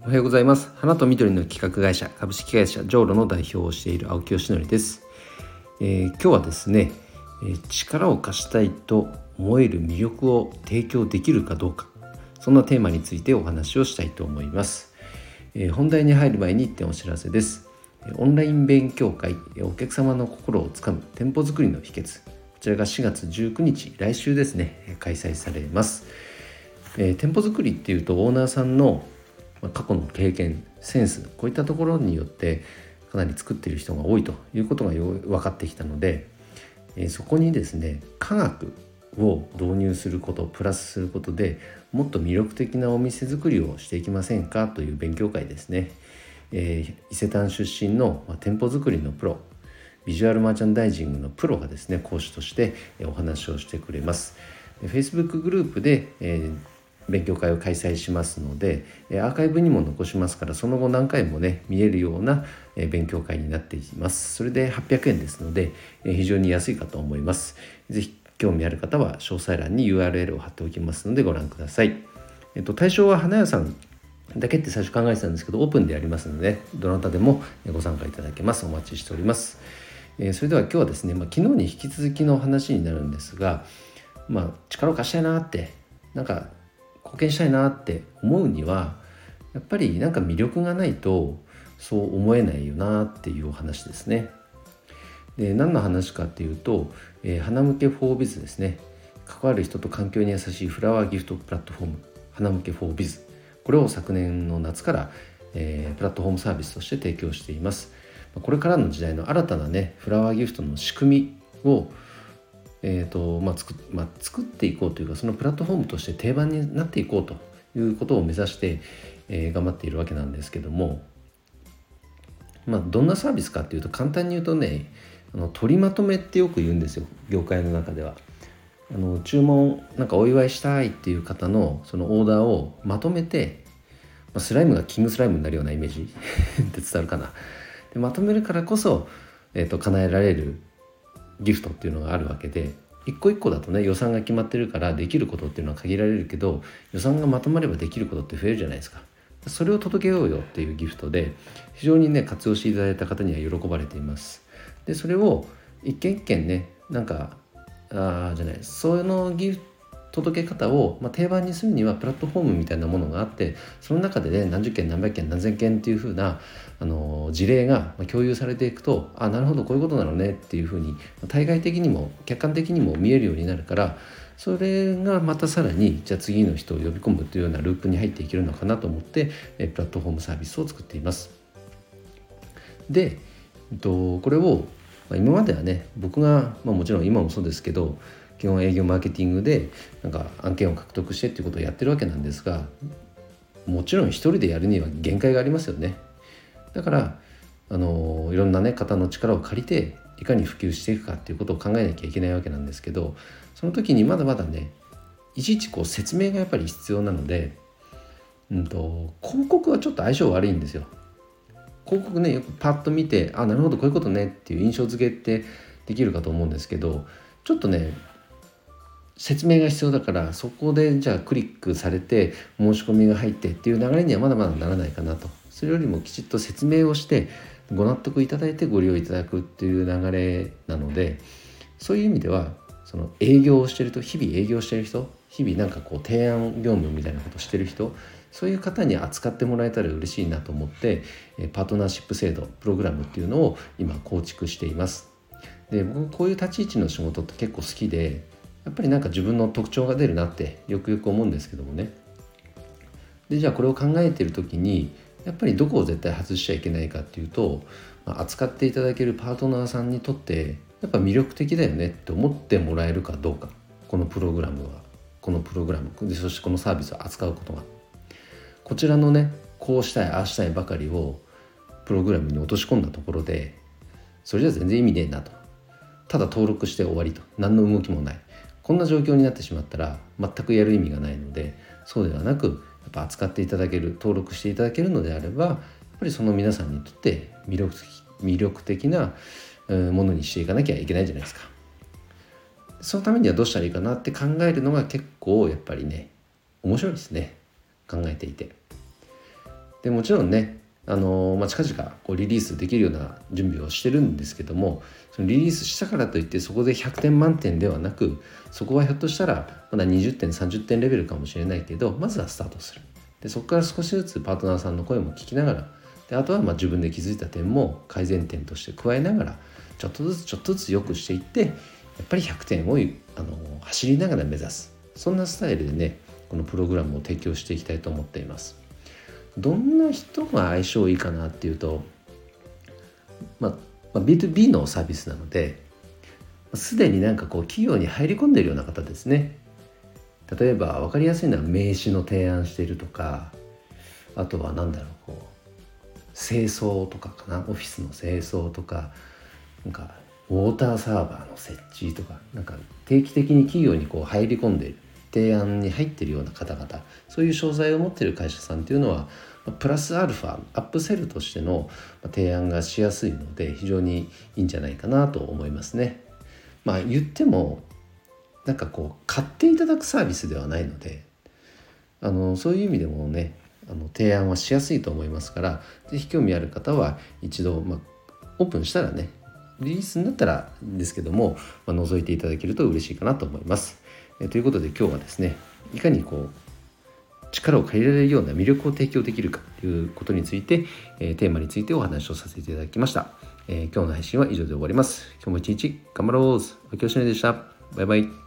おはようございます。花と緑の企画会社株式会社ジョーロの代表をしている青木よしのりです。今日はですね、力を貸したいと思える魅力を提供できるかどうか、そんなテーマについてお話をしたいと思います。本題に入る前に1点お知らせです。オンライン勉強会お客様の心をつかむ店舗作りの秘訣、こちらが4月19日来週ですね、開催されます。店舗作りっていうとオーナーさんの過去の経験、センス、こういったところによってかなり作っている人が多いということが分かってきたので、そこにですね科学を導入すること、プラスすることでもっと魅力的なお店作りをしていきませんかという勉強会ですね。伊勢丹出身の店舗作りのプロ、ビジュアルマーチャンダイジングのプロがですね講師としてお話をしてくれます。Facebook グループで、勉強会を開催しますので、アーカイブにも残しますから、その後何回もね見えるような勉強会になっています。それで800円ですので、非常に安いかと思います。ぜひ興味ある方は詳細欄に URL を貼っておきますのでご覧ください。対象は花屋さんだけって最初考えてたんですけど、オープンでやりますので、どなたでもご参加いただけます。お待ちしております。それでは今日はですね、昨日に引き続きの話になるんですが、力を貸したいなって、なんか貢献したいなって思うには、やっぱりなんか魅力がないとそう思えないよなっていうお話ですね。で、何の話かっていうと、花向けフォービズですね。関わる人と環境に優しいフラワーギフトプラットフォーム、花向けフォービズ、これを昨年の夏から、プラットフォームサービスとして提供しています。これからの時代の新たなねフラワーギフトの仕組みを作っていこうというか、そのプラットフォームとして定番になっていこうということを目指して、頑張っているわけなんですけども、どんなサービスかっていうと、簡単に言うとね、取りまとめってよく言うんですよ、業界の中では。注文なんかお祝いしたいっていう方のそのオーダーをまとめて、スライムがキングスライムになるようなイメージで伝わるかな。でまとめるからこそ、叶えられるギフトっていうのがあるわけで、一個一個だとね予算が決まってるからできることっていうのは限られるけど、予算がまとまればできることって増えるじゃないですか。それを届けようよっていうギフトで、非常にね活用していただいた方には喜ばれています。でそれを一件一件ね、そのギフト届け方を、定番にするにはプラットフォームみたいなものがあって、その中でね何十件何百件何千件っていう風な事例が共有されていくと、なるほどこういうことなのねっていう風に対外的にも客観的にも見えるようになるから、それがまたさらにじゃあ次の人を呼び込むというようなループに入っていけるのかなと思って、プラットフォームサービスを作っています。で、これを今まではね僕が、もちろん今もそうですけど、基本営業マーケティングで案件を獲得してっていうことをやってるわけなんですが、もちろん一人でやるには限界がありますよね。だからいろんなね方の力を借りていかに普及していくかっていうことを考えなきゃいけないわけなんですけど、その時にまだまだねいちいち説明がやっぱり必要なので、広告はちょっと相性悪いんですよ。広告ねよくパッと見て、なるほどこういうことねっていう印象付けってできるかと思うんですけど、ちょっとね説明が必要だから、そこでじゃあクリックされて申し込みが入ってっていう流れにはまだまだならないかなと。それよりもきちっと説明をしてご納得いただいてご利用いただくっていう流れなので、そういう意味ではその営業をしてると、日々営業してる人、日々提案業務みたいなことをしてる人、そういう方に扱ってもらえたら嬉しいなと思って、パートナーシップ制度プログラムっていうのを今構築しています。で僕こういう立ち位置の仕事って結構好きで、やっぱり自分の特徴が出るなってよくよく思うんですけどもね。でじゃあこれを考えている時にやっぱりどこを絶対外しちゃいけないかっていうと、扱っていただけるパートナーさんにとってやっぱ魅力的だよねって思ってもらえるかどうか、このプログラムで、そしてこのサービスを扱うことが、こちらのねこうしたいああしたいばかりをプログラムに落とし込んだところで、それじゃ全然意味ねえなと、ただ登録して終わりと、何の動きもない、こんな状況になってしまったら全くやる意味がないので、そうではなくやっぱ扱っていただける、登録していただけるのであれば、やっぱりその皆さんにとって魅力的なものにしていかなきゃいけないじゃないですか。そのためにはどうしたらいいかなって考えるのが結構やっぱりね面白いですね、考えていて。 でもちろんね近々リリースできるような準備をしてるんですけども、そのリリースしたからといってそこで100点満点ではなく、そこはひょっとしたらまだ20点30点レベルかもしれないけど、まずはスタートする。でそこから少しずつパートナーさんの声も聞きながら、であとは自分で気づいた点も改善点として加えながら、ちょっとずつ良くしていって、やっぱり100点を走りながら目指す、そんなスタイルでねこのプログラムを提供していきたいと思っています。どんな人が相性いいかなっていうと、B2B のサービスなので、すでに企業に入り込んでいるような方ですね。例えば分かりやすいのは名刺の提案しているとか、あとは清掃とかかな、オフィスの清掃とか、ウォーターサーバーの設置とか、定期的に企業に入り込んでいる、提案に入っているような方々、そういう商材を持っている会社さんというのはプラスアルファアップセルとしての提案がしやすいので、非常にいいんじゃないかなと思いますね。言っても買っていただくサービスではないので、そういう意味でもね提案はしやすいと思いますから、ぜひ興味ある方は一度、オープンしたらね、リリースになったらですけども、覗いていただけると嬉しいかなと思います。ということで今日はですね、いかに力を借りられるような魅力を提供できるかということについて、テーマについてお話をさせていただきました。今日の配信は以上で終わります。今日も一日頑張ろう。秋吉根でした。バイバイ。